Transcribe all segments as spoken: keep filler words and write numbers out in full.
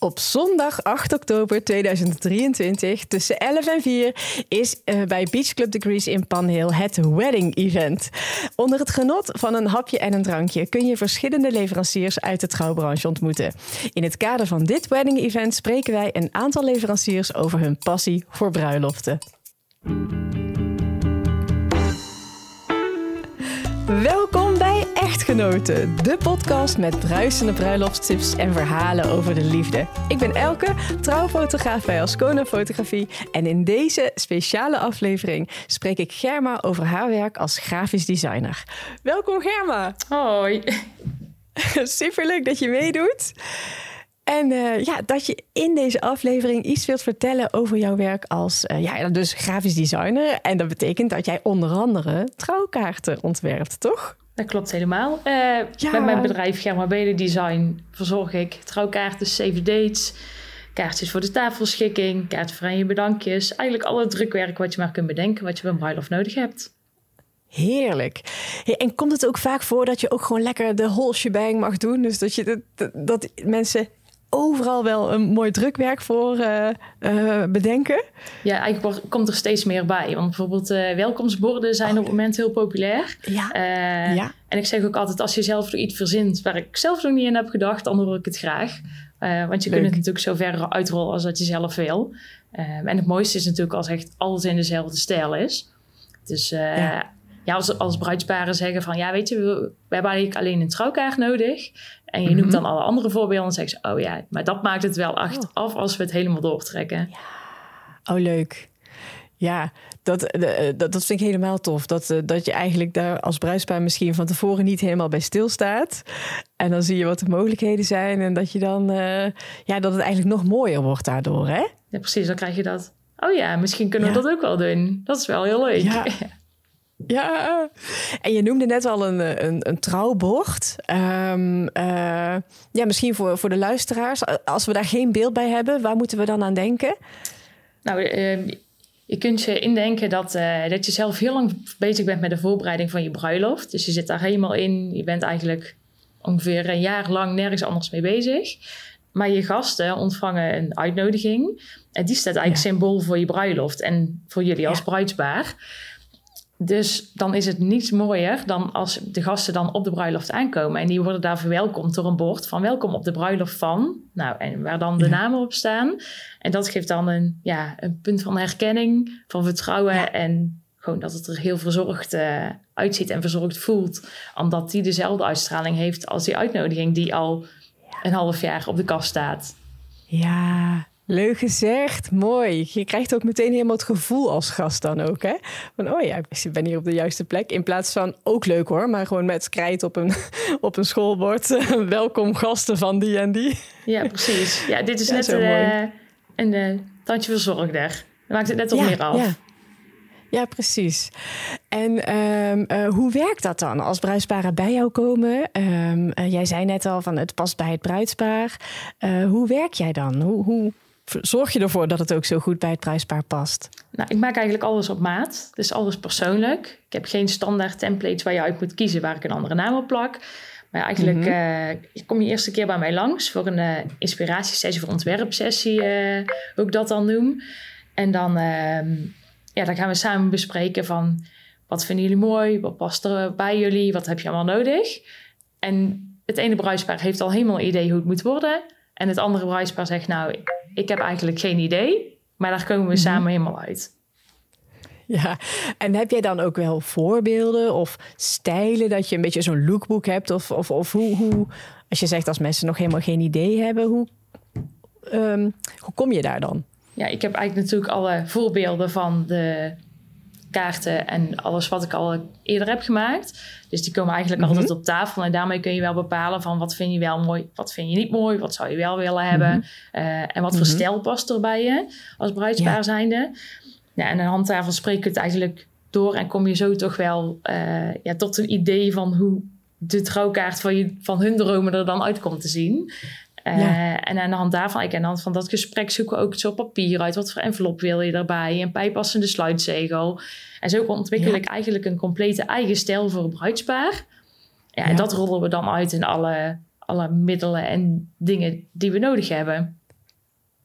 Op zondag acht oktober tweeduizend drieëntwintig tussen elf en vier is uh, bij Beach Club Degrees in Panhill het Wedding Event. Onder het genot van een hapje en een drankje kun je verschillende leveranciers uit de trouwbranche ontmoeten. In het kader van dit Wedding Event spreken wij een aantal leveranciers over hun passie voor bruiloften. Welkom bij Echtgenoten, de podcast met bruisende bruiloftstips en verhalen over de liefde. Ik ben Elke, trouwfotograaf bij Ascona Fotografie en in deze speciale aflevering spreek ik Germa over haar werk als grafisch designer. Welkom Germa. Hoi. Superleuk dat je meedoet. En uh, ja, dat je in deze aflevering iets wilt vertellen over jouw werk als uh, ja, dus grafisch designer. En dat betekent dat jij onder andere trouwkaarten ontwerpt, toch? Dat klopt helemaal. Uh, ja. Met mijn bedrijf Germa Belen Design verzorg ik trouwkaarten, save dates, kaartjes voor de tafelschikking, kaarten voor aan je bedankjes. Eigenlijk alle drukwerk wat je maar kunt bedenken, wat je bij een bruiloft nodig hebt. Heerlijk. Hey, en komt het ook vaak voor dat je ook gewoon lekker de whole shebang mag doen? Dus dat, je, dat, dat mensen overal wel een mooi drukwerk voor uh, uh, bedenken? Ja, eigenlijk komt er steeds meer bij. Want bijvoorbeeld uh, welkomstborden zijn oh, op het moment heel populair. Ja. Uh, ja. En ik zeg ook altijd, als je zelf nog iets verzint waar ik zelf nog niet in heb gedacht, dan hoor ik het graag. Uh, want je Leuk. kunt het natuurlijk zo ver uitrollen als dat je zelf wil. Uh, en het mooiste is natuurlijk als echt alles in dezelfde stijl is. Dus uh, ja. Ja, als, als bruidsparen zeggen van... ja, weet je, we, we hebben eigenlijk alleen een trouwkaart nodig. En je mm-hmm. noemt dan alle andere voorbeelden. En dan zeggen ze, oh ja, maar dat maakt het wel echt oh. af als we het helemaal doortrekken. Ja. Oh, leuk. Ja, dat, dat, dat vind ik helemaal tof. Dat, dat je eigenlijk daar als bruidspaar misschien van tevoren niet helemaal bij stilstaat. En dan zie je wat de mogelijkheden zijn. En dat je dan, uh, ja, dat het eigenlijk nog mooier wordt daardoor, hè? Ja, precies. Dan krijg je dat. Oh ja, misschien kunnen ja. we dat ook wel doen. Dat is wel heel leuk. Ja. Ja, en je noemde net al een, een, een trouwbord. Um, uh, ja, misschien voor, voor de luisteraars. Als we daar geen beeld bij hebben, waar moeten we dan aan denken? Nou, uh, je kunt je indenken dat, uh, dat je zelf heel lang bezig bent met de voorbereiding van je bruiloft. Dus je zit daar helemaal in. Je bent eigenlijk ongeveer een jaar lang nergens anders mee bezig. Maar je gasten ontvangen een uitnodiging. En die staat eigenlijk ja. symbool voor je bruiloft en voor jullie als ja. bruidspaar. Dus dan is het niets mooier dan als de gasten dan op de bruiloft aankomen. En die worden daar verwelkomd door een bord van welkom op de bruiloft van. Nou, en waar dan de ja. namen op staan. En dat geeft dan een, ja, een punt van herkenning, van vertrouwen. Ja. En gewoon dat het er heel verzorgd uh, uitziet en verzorgd voelt. Omdat die dezelfde uitstraling heeft als die uitnodiging die al ja. een half jaar op de kast staat. Ja, leuk gezegd, mooi. Je krijgt ook meteen helemaal het gevoel als gast dan ook, hè? Van, oh ja, ik ben hier op de juiste plek. In plaats van, ook leuk hoor, maar gewoon met krijt op een, op een schoolbord. Welkom gasten van die en die. Ja, precies. Ja, dit is ja, net uh, een uh, tandje verzorgder. Dat maakt het net toch ja, meer af. Ja. Ja, precies. En um, uh, hoe werkt dat dan als bruidsparen bij jou komen? Um, uh, jij zei net al van het past bij het bruidspaar. Uh, hoe werk jij dan? Hoe, hoe zorg je ervoor dat het ook zo goed bij het bruidspaar past? Nou, ik maak eigenlijk alles op maat. Dus alles persoonlijk. Ik heb geen standaard templates waar je uit moet kiezen waar ik een andere naam op plak. Maar eigenlijk mm-hmm. uh, kom je eerste keer bij mij langs voor een uh, inspiratiesessie, voor een ontwerpsessie, uh, hoe ik dat dan noem. En dan... Uh, Ja, dan gaan we samen bespreken van wat vinden jullie mooi, wat past er bij jullie, wat heb je allemaal nodig. En het ene bruidspaar heeft al helemaal een idee hoe het moet worden. En het andere bruidspaar zegt nou, ik heb eigenlijk geen idee, maar daar komen we mm-hmm. samen helemaal uit. Ja, en heb jij dan ook wel voorbeelden of stijlen dat je een beetje zo'n lookbook hebt? Of, of, of hoe, hoe, als je zegt als mensen nog helemaal geen idee hebben, hoe, um, hoe kom je daar dan? Ja, ik heb eigenlijk natuurlijk alle voorbeelden van de kaarten en alles wat ik al eerder heb gemaakt. Dus die komen eigenlijk mm-hmm. altijd op tafel. En daarmee kun je wel bepalen van wat vind je wel mooi, wat vind je niet mooi, wat zou je wel willen hebben. Mm-hmm. Uh, en wat mm-hmm. voor stijl past er bij je als bruidspaar ja. zijnde. Ja, en aan de handtafel spreek ik het eigenlijk door en kom je zo toch wel uh, ja, tot een idee van hoe de trouwkaart van, je, van hun dromen er dan uit komt te zien. Uh, ja. En aan de hand daarvan, ik aan de hand van dat gesprek zoeken we ook zo papier uit. Wat voor envelop wil je erbij? Een bijpassende sluitzegel. En zo ontwikkel ja. ik eigenlijk een complete eigen stijl voor een bruidspaar. Ja, ja. En dat rollen we dan uit in alle, alle middelen en dingen die we nodig hebben.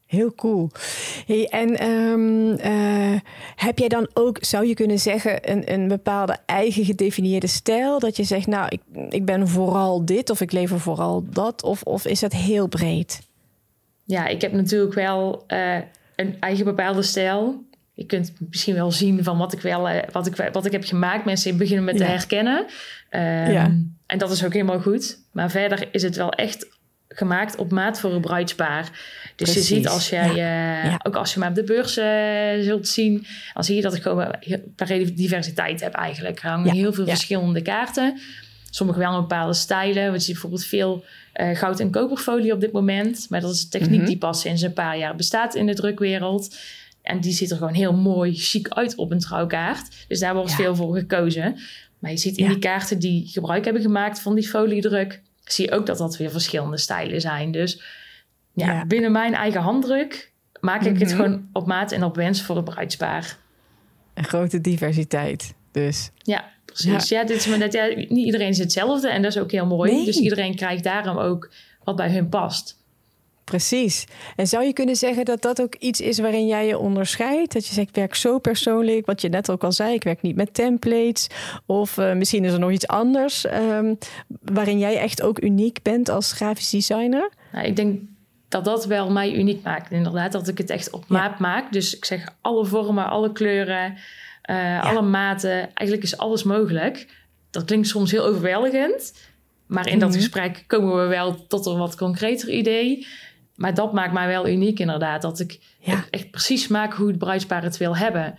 Heel cool. Hey, en um, uh, heb jij dan ook, zou je kunnen zeggen, een, een bepaalde eigen gedefinieerde stijl? Dat je zegt, nou, ik, ik ben vooral dit of ik lever vooral dat? Of, of is dat heel breed? Ja, ik heb natuurlijk wel uh, een eigen bepaalde stijl. Je kunt misschien wel zien van wat ik, wel, uh, wat ik, wat ik heb gemaakt. Mensen beginnen met ja. te herkennen. Um, ja. En dat is ook helemaal goed. Maar verder is het wel echt gemaakt op maat voor een bruidspaar. Dus Precies. je ziet als jij, ja. Uh, ja. ook als je maar op de beurs uh, zult zien, dan zie je dat ik gewoon heel, diversiteit heb eigenlijk. Er hangen ja. heel veel ja. verschillende kaarten. Sommige wel een bepaalde stijlen. We zien bijvoorbeeld veel uh, goud- en koperfolie op dit moment. Maar dat is een techniek mm-hmm. die pas sinds een paar jaar bestaat in de drukwereld. En die ziet er gewoon heel mooi, chic uit op een trouwkaart. Dus daar wordt ja. veel voor gekozen. Maar je ziet in ja. die kaarten die gebruik hebben gemaakt van die foliedruk, zie je ook dat dat weer verschillende stijlen zijn. Dus ja, ja. binnen mijn eigen handdruk maak ik mm-hmm. het gewoon op maat en op wens voor het bruidspaar. Een grote diversiteit dus. Ja, precies. Ja, ja, dit is maar net, ja, niet iedereen is hetzelfde en dat is ook heel mooi. Nee. Dus iedereen krijgt daarom ook wat bij hun past. Precies. En zou je kunnen zeggen dat dat ook iets is waarin jij je onderscheidt? Dat je zegt, ik werk zo persoonlijk, wat je net ook al zei, ik werk niet met templates. Of uh, misschien is er nog iets anders um, waarin jij echt ook uniek bent als grafisch designer? Nou, ik denk dat dat wel mij uniek maakt. Inderdaad, dat ik het echt op maat ja. maak. Dus ik zeg alle vormen, alle kleuren, uh, ja. alle maten. Eigenlijk is alles mogelijk. Dat klinkt soms heel overweldigend. Maar in mm-hmm. dat gesprek komen we wel tot een wat concreter idee. Maar dat maakt mij wel uniek inderdaad. Dat ik ja. echt precies maak hoe het bruidspaar het wil hebben.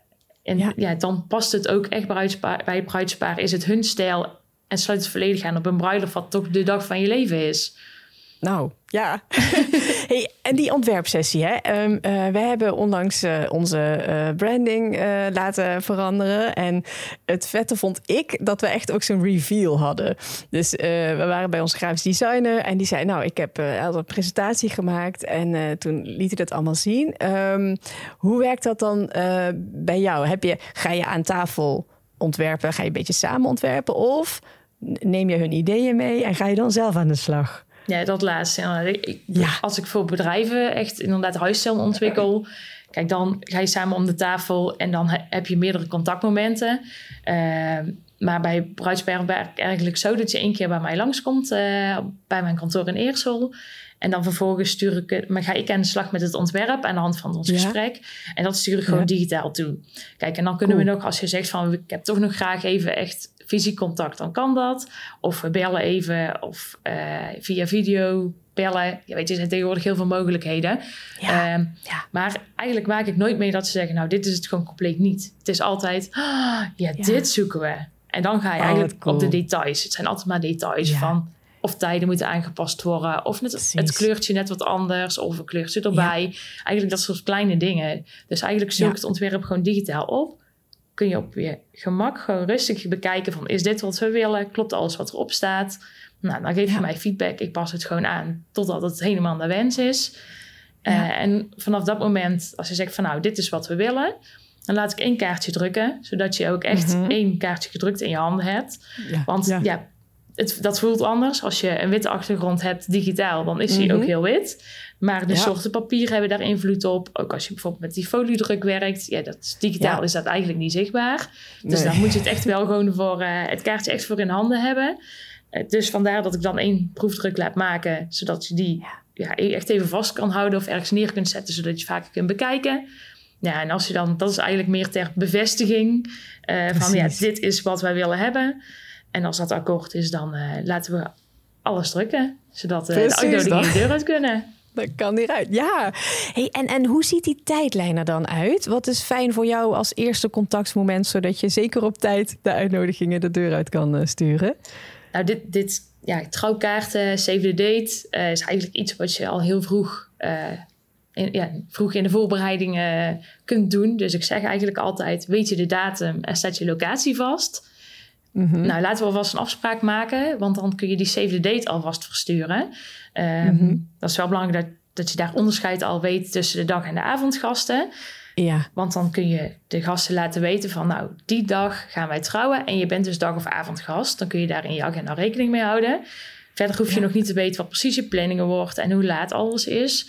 En ja. Ja, dan past het ook echt bruidspaar, bij het bruidspaar. Is het hun stijl en sluit het volledig aan op een bruiloft wat toch de dag van je leven is. Nou, ja. Hey, en die ontwerpsessie, hè? Um, uh, wij hebben onlangs uh, onze uh, branding uh, laten veranderen. En het vette vond ik dat we echt ook zo'n reveal hadden. Dus uh, we waren bij onze grafisch designer en die zei, nou, ik heb uh, een presentatie gemaakt. En uh, toen liet hij dat allemaal zien. Um, hoe werkt dat dan uh, bij jou? Heb je, ga je aan tafel ontwerpen? Ga je een beetje samen ontwerpen? Of neem je hun ideeën mee en ga je dan zelf aan de slag? Ja, dat laatste. Ik, ja. Als ik voor bedrijven echt inderdaad huisstijl ontwikkel, kijk, dan ga je samen om de tafel en dan heb je meerdere contactmomenten. Uh, maar bij bruidspaar werk ik eigenlijk zo dat je één keer bij mij langskomt, uh, bij mijn kantoor in Eersel. En dan vervolgens stuur ik, maar ga ik aan de slag met het ontwerp aan de hand van ons ja. gesprek. En dat stuur ik gewoon ja. digitaal toe. Kijk, en dan kunnen cool. we nog, als je zegt van, ik heb toch nog graag even echt fysiek contact, dan kan dat. Of we bellen even, of uh, via video bellen. Je weet, er zijn tegenwoordig heel veel mogelijkheden. Ja. Um, ja. Maar eigenlijk maak ik nooit mee dat ze zeggen, nou, dit is het gewoon compleet niet. Het is altijd, oh, ja, ja, dit zoeken we. En dan ga je oh, eigenlijk cool. op de details. Het zijn altijd maar details ja. van of tijden moeten aangepast worden, of net, het kleurtje net wat anders, of een kleurtje erbij. Ja. Eigenlijk dat soort kleine dingen. Dus eigenlijk zoek ik ja. het ontwerp gewoon digitaal op. Kun je op je gemak gewoon rustig bekijken van, is dit wat we willen? Klopt alles wat erop staat? Nou, dan geef je ja. mij feedback. Ik pas het gewoon aan totdat het helemaal naar wens is. Ja. Uh, en vanaf dat moment, als je zegt van, nou, dit is wat we willen, dan laat ik één kaartje drukken, zodat je ook echt mm-hmm. één kaartje gedrukt in je handen hebt. Ja. Want ja, ja het, dat voelt anders. Als je een witte achtergrond hebt digitaal, dan is die mm-hmm. ook heel wit. Maar de ja. soorten papier hebben daar invloed op. Ook als je bijvoorbeeld met die foliedruk werkt. Ja, dat is, digitaal ja. is dat eigenlijk niet zichtbaar. Dus nee. dan moet je het echt wel gewoon voor uh, het kaartje echt voor in handen hebben. Uh, dus vandaar dat ik dan één proefdruk laat maken, zodat je die ja. Ja, echt even vast kan houden of ergens neer kunt zetten, zodat je vaker kunt bekijken. Ja, en als je dan, dat is eigenlijk meer ter bevestiging uh, van ja, dit is wat wij willen hebben. En als dat akkoord is, dan uh, laten we alles drukken, zodat uh, de uitnodigingen de deur uit kunnen. Dat kan hieruit, ja. Hey, en, en hoe ziet die tijdlijn er dan uit? Wat is fijn voor jou als eerste contactmoment, zodat je zeker op tijd de uitnodigingen de deur uit kan uh, sturen? Nou, dit, dit ja, trouwkaarten, save the date, uh, is eigenlijk iets wat je al heel vroeg, uh, in, ja, vroeg in de voorbereidingen uh, kunt doen. Dus ik zeg eigenlijk altijd, weet je de datum en staat je locatie vast? Mm-hmm. Nou, laten we alvast een afspraak maken, want dan kun je die save the date alvast versturen. Um, mm-hmm. Dat is wel belangrijk dat, dat je daar onderscheid al weet tussen de dag- en de avondgasten. Ja. Want dan kun je de gasten laten weten van, nou, die dag gaan wij trouwen en je bent dus dag- of avondgast. Dan kun je daar in je agenda rekening mee houden. Verder hoef je ja. nog niet te weten wat precies je planningen wordt en hoe laat alles is.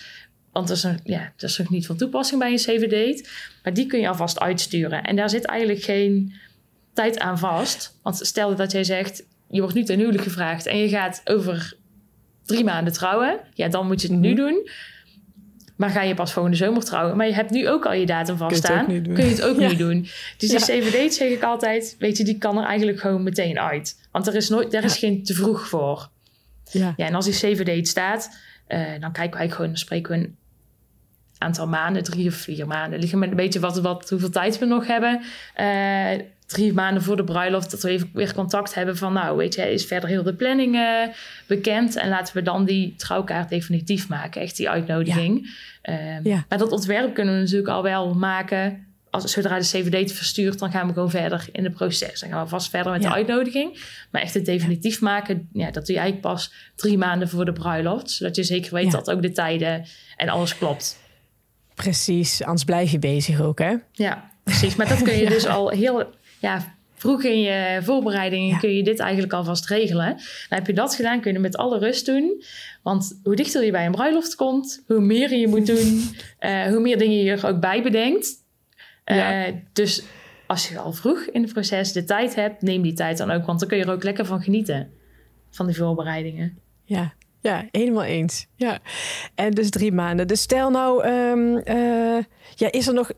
Want dat is, nog, ja, dat is nog niet van toepassing bij een save date. Maar die kun je alvast uitsturen. En daar zit eigenlijk geen tijd aan vast. Want stel dat jij zegt, je wordt nu ten huwelijk gevraagd en je gaat over drie maanden trouwen. Ja, dan moet je het mm-hmm. nu doen. Maar ga je pas volgende zomer trouwen. Maar je hebt nu ook al je datum vaststaan. Kun je het ook ja. nu doen. Dus die ja. save date zeg ik altijd, weet je, die kan er eigenlijk gewoon meteen uit. Want er is, nooit, er is ja. geen te vroeg voor. Ja. Ja, en als die save date staat, uh, dan kijken wij gewoon, dan spreken we een aantal maanden, drie of vier maanden. Liggen met een beetje wat, wat, hoeveel tijd we nog hebben. Uh, drie maanden voor de bruiloft, dat we even weer contact hebben van, nou, weet je, is verder heel de planning uh, bekend. En laten we dan die trouwkaart definitief maken. Echt die uitnodiging. Ja. Um, ja. Maar dat ontwerp kunnen we natuurlijk al wel maken. Als, zodra de save date verstuurt, dan gaan we gewoon verder in het proces. Dan gaan we vast verder met ja. de uitnodiging. Maar echt het definitief ja. maken, ja, dat doe je eigenlijk pas drie maanden voor de bruiloft. Zodat je zeker weet ja. dat ook de tijden en alles klopt. Precies, anders blijf je bezig ook, hè? Ja, precies. Maar dat kun je ja. dus al heel ja, vroeg in je voorbereiding... Ja. kun je dit eigenlijk alvast regelen. Dan heb je dat gedaan, kun je met alle rust doen. Want hoe dichter je bij een bruiloft komt... hoe meer je moet doen, uh, hoe meer dingen je er ook bij bedenkt. Uh, ja. Dus als je al vroeg in het proces de tijd hebt... neem die tijd dan ook, want dan kun je er ook lekker van genieten. Van die voorbereidingen. Ja. Ja, helemaal eens. Ja. En dus drie maanden. Dus stel nou, um, uh, ja, is er nog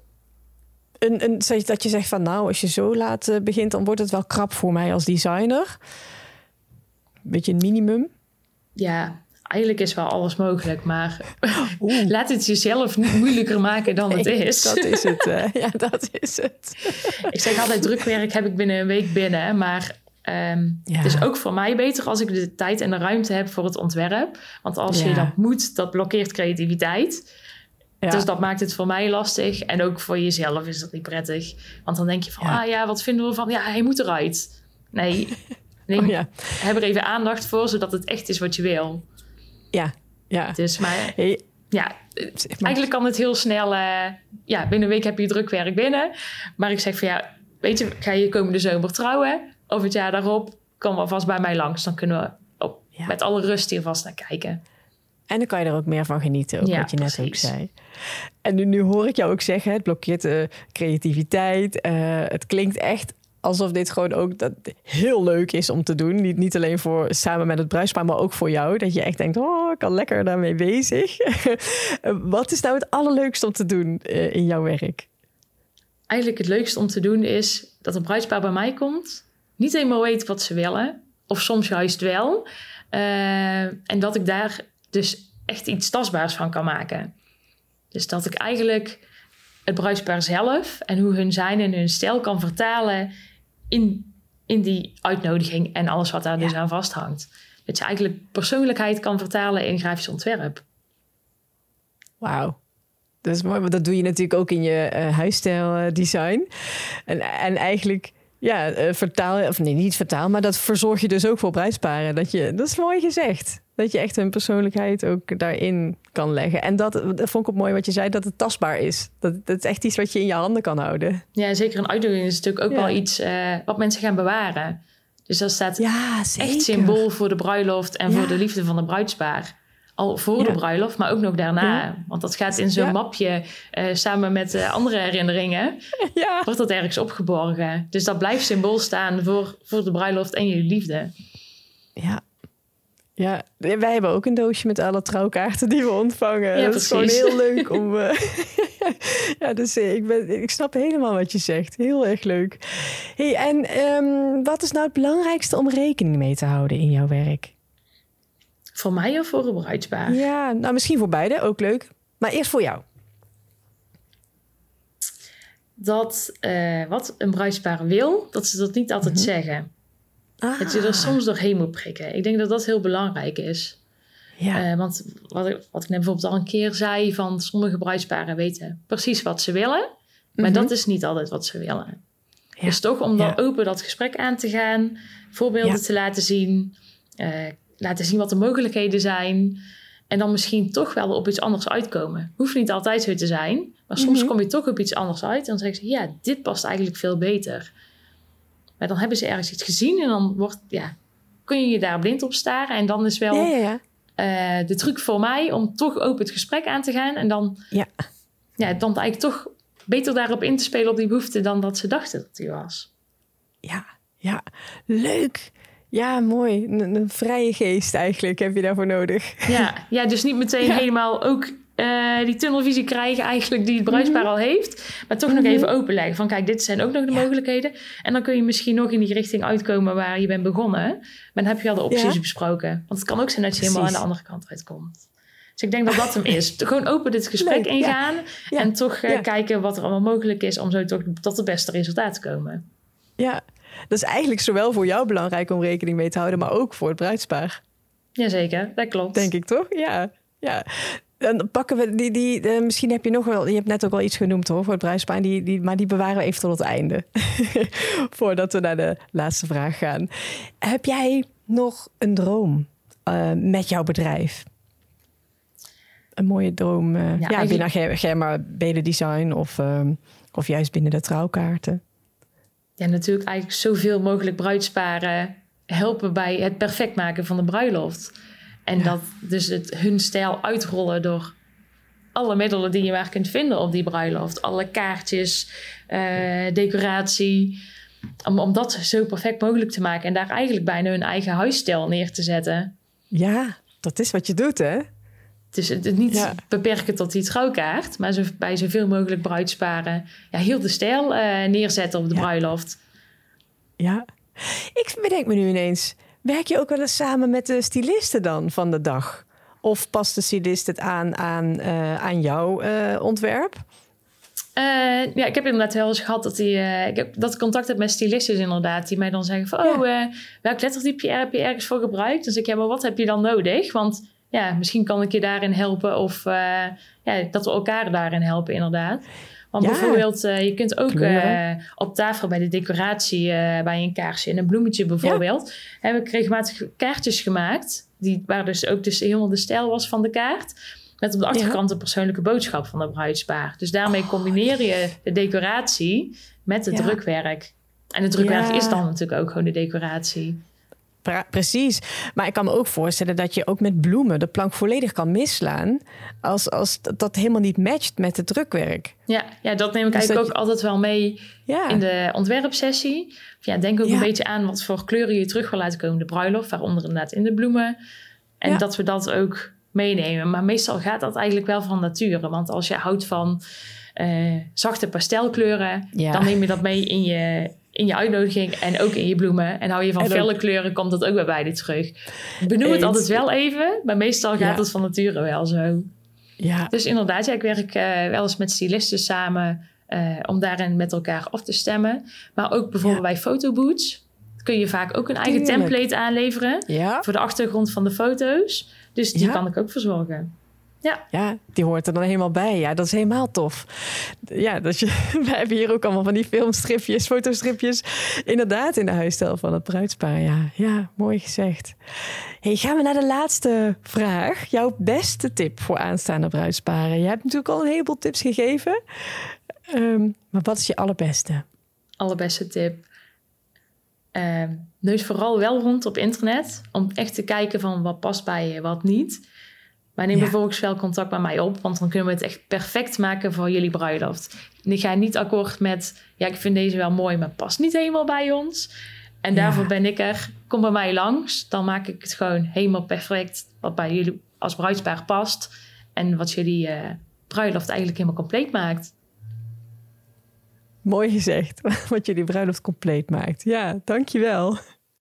een, een dat je zegt van, nou, als je zo laat uh, begint, dan wordt het wel krap voor mij als designer. Beetje een minimum. Ja, eigenlijk is wel alles mogelijk, maar laat het jezelf niet moeilijker maken dan nee, het is. Dat is het. Uh, ja, dat is het. Ik zeg altijd, drukwerk heb ik binnen een week binnen, maar Um, ja. Het is ook voor mij beter als ik de tijd en de ruimte heb voor het ontwerp. Want als ja. je dat moet, dat blokkeert creativiteit. Ja. Dus dat maakt het voor mij lastig. En ook voor jezelf is dat niet prettig. Want dan denk je van, ja. ah ja, wat vinden we van... Ja, hij moet eruit. Nee, neem, oh, ja. heb er even aandacht voor, zodat het echt is wat je wil. Ja, ja. Dus maar... Hey. Ja, eigenlijk kan het heel snel... Uh, ja, binnen een week heb je drukwerk binnen. Maar ik zeg van, ja, weet je, ga je komende zomer trouwen... Over het jaar daarop, kom alvast bij mij langs. Dan kunnen we op, ja. met alle rust hier vast naar kijken. En dan kan je er ook meer van genieten, ook, ja, wat je net precies. ook zei. En nu, nu hoor ik jou ook zeggen, het blokkeert de creativiteit. Uh, het klinkt echt alsof dit gewoon ook dat heel leuk is om te doen. Niet, niet alleen voor samen met het bruidspaar, maar ook voor jou. Dat je echt denkt, oh, ik kan lekker daarmee bezig. Wat is nou het allerleukste om te doen uh, in jouw werk? Eigenlijk het leukste om te doen is dat een bruidspaar bij mij komt... niet helemaal weet wat ze willen. Of soms juist wel. Uh, en dat ik daar dus echt iets tastbaars van kan maken. Dus dat ik eigenlijk het bruidspaar zelf... en hoe hun zijn en hun stijl kan vertalen... in, in die uitnodiging en alles wat daar ja. dus aan vasthangt. Dat je eigenlijk persoonlijkheid kan vertalen in grafisch ontwerp. Wauw. Dat is mooi, want dat doe je natuurlijk ook in je uh, huisstijldesign. En, en eigenlijk... Ja, uh, vertaal, of nee, niet vertaal, maar dat verzorg je dus ook voor bruidsparen. Dat, je, dat is mooi gezegd. Dat je echt hun persoonlijkheid ook daarin kan leggen. En dat, dat vond ik ook mooi wat je zei, dat het tastbaar is. Dat, dat is echt iets wat je in je handen kan houden. Ja, zeker een uitnodiging is natuurlijk ook ja. wel iets uh, wat mensen gaan bewaren. Dus dat staat ja, echt symbool voor de bruiloft en ja. voor de liefde van de bruidspaar. Al voor ja. de bruiloft, maar ook nog daarna. Ja. Want dat gaat in zo'n ja. mapje uh, samen met uh, andere herinneringen. Ja. Wordt dat ergens opgeborgen. Dus dat blijft symbool staan voor, voor de bruiloft en je liefde. Ja. Ja, wij hebben ook een doosje met alle trouwkaarten die we ontvangen. Ja, dat precies. Is gewoon heel leuk om... Uh, ja, dus ik, ben, ik snap helemaal wat je zegt. Heel erg leuk. Hey, en um, wat is nou het belangrijkste om rekening mee te houden in jouw werk? Voor mij of voor een bruidspaar? Ja, nou misschien voor beide, ook leuk. Maar eerst voor jou. Dat uh, wat een bruidspaar wil, dat ze dat niet altijd mm-hmm. zeggen. Ah. Dat je er soms doorheen moet prikken. Ik denk dat dat heel belangrijk is. Ja. Uh, want wat ik, wat ik net bijvoorbeeld al een keer zei... van sommige bruidsparen weten precies wat ze willen... maar mm-hmm. dat is niet altijd wat ze willen. Ja. Dus toch om dan ja. open dat gesprek aan te gaan... voorbeelden ja. te laten zien... Uh, laten zien wat de mogelijkheden zijn... en dan misschien toch wel op iets anders uitkomen. Hoeft niet altijd zo te zijn... maar soms mm-hmm. kom je toch op iets anders uit... en dan zeggen ze, ja, dit past eigenlijk veel beter... Maar dan hebben ze ergens iets gezien en dan wordt, ja, kun je je daar blind op staren. En dan is wel, ja, ja, uh, de truc voor mij om toch open het gesprek aan te gaan. En dan, ja. Ja, dan eigenlijk toch beter daarop in te spelen op die behoefte dan dat ze dachten dat die was. Ja, ja, leuk. Ja, mooi. Een, een vrije geest eigenlijk heb je daarvoor nodig. Ja, ja dus niet meteen ja. helemaal ook uh, die tunnelvisie krijgen eigenlijk die het bruidspaar mm-hmm. al heeft. Maar toch mm-hmm. nog even openleggen van kijk, dit zijn ook nog de ja. mogelijkheden. En dan kun je misschien nog in die richting uitkomen waar je bent begonnen. Maar dan heb je al de opties ja. besproken. Want het kan ook zijn dat je Precies. helemaal aan de andere kant uitkomt. Dus ik denk dat dat hem is. Gewoon open dit gesprek Leuk, ingaan. Ja. Ja. En toch uh, ja. kijken wat er allemaal mogelijk is om zo toch tot het beste resultaat te komen. Ja, dat is eigenlijk zowel voor jou belangrijk om rekening mee te houden, maar ook voor het bruidspaar. Jazeker, dat klopt. Denk ik toch? Ja, ja. Dan pakken we die, die uh, misschien heb je nog wel, je hebt net ook wel iets genoemd hoor, voor het bruidspaar, die, die, maar die bewaren we even tot het einde. Voordat we naar de laatste vraag gaan. Heb jij nog een droom uh, met jouw bedrijf? Een mooie droom, uh, ja, ja binnen Germa Belen Design of, uh, of juist binnen de trouwkaarten? Ja, natuurlijk eigenlijk zoveel mogelijk bruidsparen helpen bij het perfect maken van de bruiloft. En ja. dat dus het, hun stijl uitrollen door alle middelen die je maar kunt vinden op die bruiloft. Alle kaartjes, uh, decoratie. Om, om dat zo perfect mogelijk te maken. En daar eigenlijk bijna hun eigen huisstijl neer te zetten. Ja, dat is wat je doet, hè? Dus het, het niet ja. beperken tot die trouwkaart. Maar zo, bij zoveel mogelijk bruidsparen ja, heel de stijl uh, neerzetten op de ja. bruiloft. Ja. Ik bedenk me nu ineens. Werk je ook wel eens samen met de stylisten dan van de dag? Of past de stylist het aan, aan, uh, aan jouw uh, ontwerp? Uh, ja, ik heb inderdaad wel eens gehad dat, die, uh, ik heb, dat ik contact heb met stylisten inderdaad. Die mij dan zeggen van, ja. oh, uh, welk lettertype heb je ergens voor gebruikt? Dus ik heb, maar wat heb je dan nodig? Want ja, misschien kan ik je daarin helpen. Of uh, ja, dat we elkaar daarin helpen inderdaad. Want ja. bijvoorbeeld, uh, je kunt ook uh, op tafel bij de decoratie, uh, bij een kaarsje en een bloemetje bijvoorbeeld, ja. hebben we regelmatig kaartjes gemaakt. Die, waar dus ook dus helemaal de stijl was van de kaart. Met op de achterkant ja. de persoonlijke boodschap van de bruidspaar. Dus daarmee combineer je de decoratie met het ja. drukwerk. En het drukwerk ja. is dan natuurlijk ook gewoon de decoratie. Pra- precies. Maar ik kan me ook voorstellen dat je ook met bloemen de plank volledig kan misslaan. Als, als dat helemaal niet matcht met het drukwerk. Ja, ja dat neem ik dus eigenlijk ook je... altijd wel mee ja. in de ontwerpsessie. Ja, denk ook ja. een beetje aan wat voor kleuren je terug wil laten komen. De bruiloft, waaronder inderdaad in de bloemen. En ja. dat we dat ook meenemen. Maar meestal gaat dat eigenlijk wel van nature. Want als je houdt van uh, zachte pastelkleuren, ja. dan neem je dat mee in je... in je uitnodiging en ook in je bloemen. En hou je van felle kleuren, komt dat ook weer bij je terug. Benoem het altijd wel even, maar meestal gaat ja. het van nature wel zo. Ja. Dus inderdaad, ja, ik werk uh, wel eens met stylisten samen uh, om daarin met elkaar af te stemmen. Maar ook bijvoorbeeld ja. bij fotobooths kun je vaak ook een eigen Tuurlijk. template aanleveren ja. voor de achtergrond van de foto's. Dus die ja. kan ik ook verzorgen. Ja. ja, die hoort er dan helemaal bij. Ja, dat is helemaal tof. Ja, dat je, we hebben hier ook allemaal van die filmstripjes, fotostripjes. Inderdaad, in de huisstijl van het bruidspaar. Ja, ja, mooi gezegd. Hey, gaan we naar de laatste vraag. Jouw beste tip voor aanstaande bruidsparen. Je hebt natuurlijk al een heleboel tips gegeven. Um, maar wat is je allerbeste? Allerbeste tip? Uh, neus vooral wel rond op internet. Om echt te kijken van wat past bij je, wat niet. Maar neem ja. bijvoorbeeld wel contact met mij op. Want dan kunnen we het echt perfect maken voor jullie bruiloft. En ik ga niet akkoord met... ja, ik vind deze wel mooi, maar past niet helemaal bij ons. En ja. daarvoor ben ik er. Kom bij mij langs. Dan maak ik het gewoon helemaal perfect. Wat bij jullie als bruidspaar past. En wat jullie uh, bruiloft eigenlijk helemaal compleet maakt. Mooi gezegd. Wat jullie bruiloft compleet maakt. Ja, dankjewel.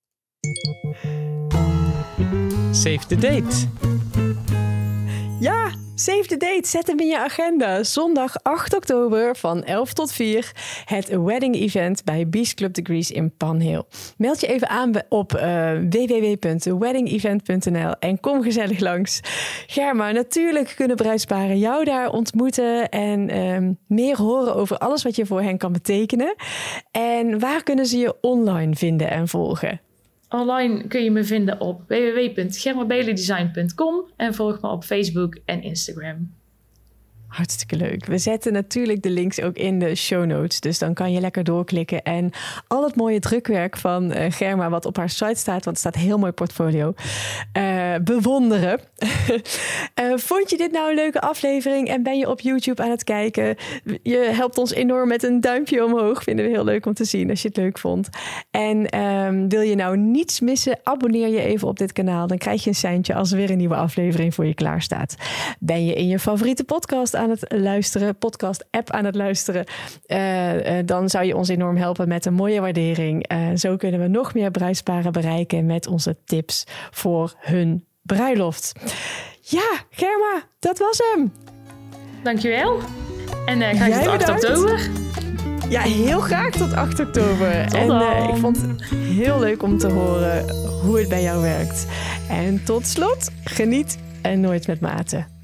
Save the date. Ja, save the date. Zet hem in je agenda. Zondag acht oktober van elf tot vier. Het wedding event bij Beach Club Degrees in Panhill. Meld je even aan op uh, w w w punt wedding event punt n l en kom gezellig langs. Germa, natuurlijk kunnen bruidsparen jou daar ontmoeten en um, meer horen over alles wat je voor hen kan betekenen. En waar kunnen ze je online vinden en volgen? Online kun je me vinden op w w w punt germa belen design punt com en volg me op Facebook en Instagram. Hartstikke leuk. We zetten natuurlijk de links ook in de show notes. Dus dan kan je lekker doorklikken. En al het mooie drukwerk van uh, Germa wat op haar site staat, want het staat een heel mooi portfolio, uh, bewonderen. uh, vond je dit nou een leuke aflevering en ben je op YouTube aan het kijken? Je helpt ons enorm met een duimpje omhoog. Vinden we heel leuk om te zien als je het leuk vond. En um, wil je nou niets missen, abonneer je even op dit kanaal. Dan krijg je een seintje als er weer een nieuwe aflevering voor je klaar staat. Ben je in je favoriete podcast aan het luisteren, podcast-app aan het luisteren, uh, uh, dan zou je ons enorm helpen met een mooie waardering. Uh, zo kunnen we nog meer bruidsparen bereiken met onze tips voor hun bruiloft. Ja, Germa, dat was hem. Dankjewel. En uh, graag tot acht oktober. Ja, heel graag tot acht oktober. Tot en uh, ik vond dan. het heel leuk om te horen hoe het bij jou werkt. En tot slot, geniet en nooit met mate.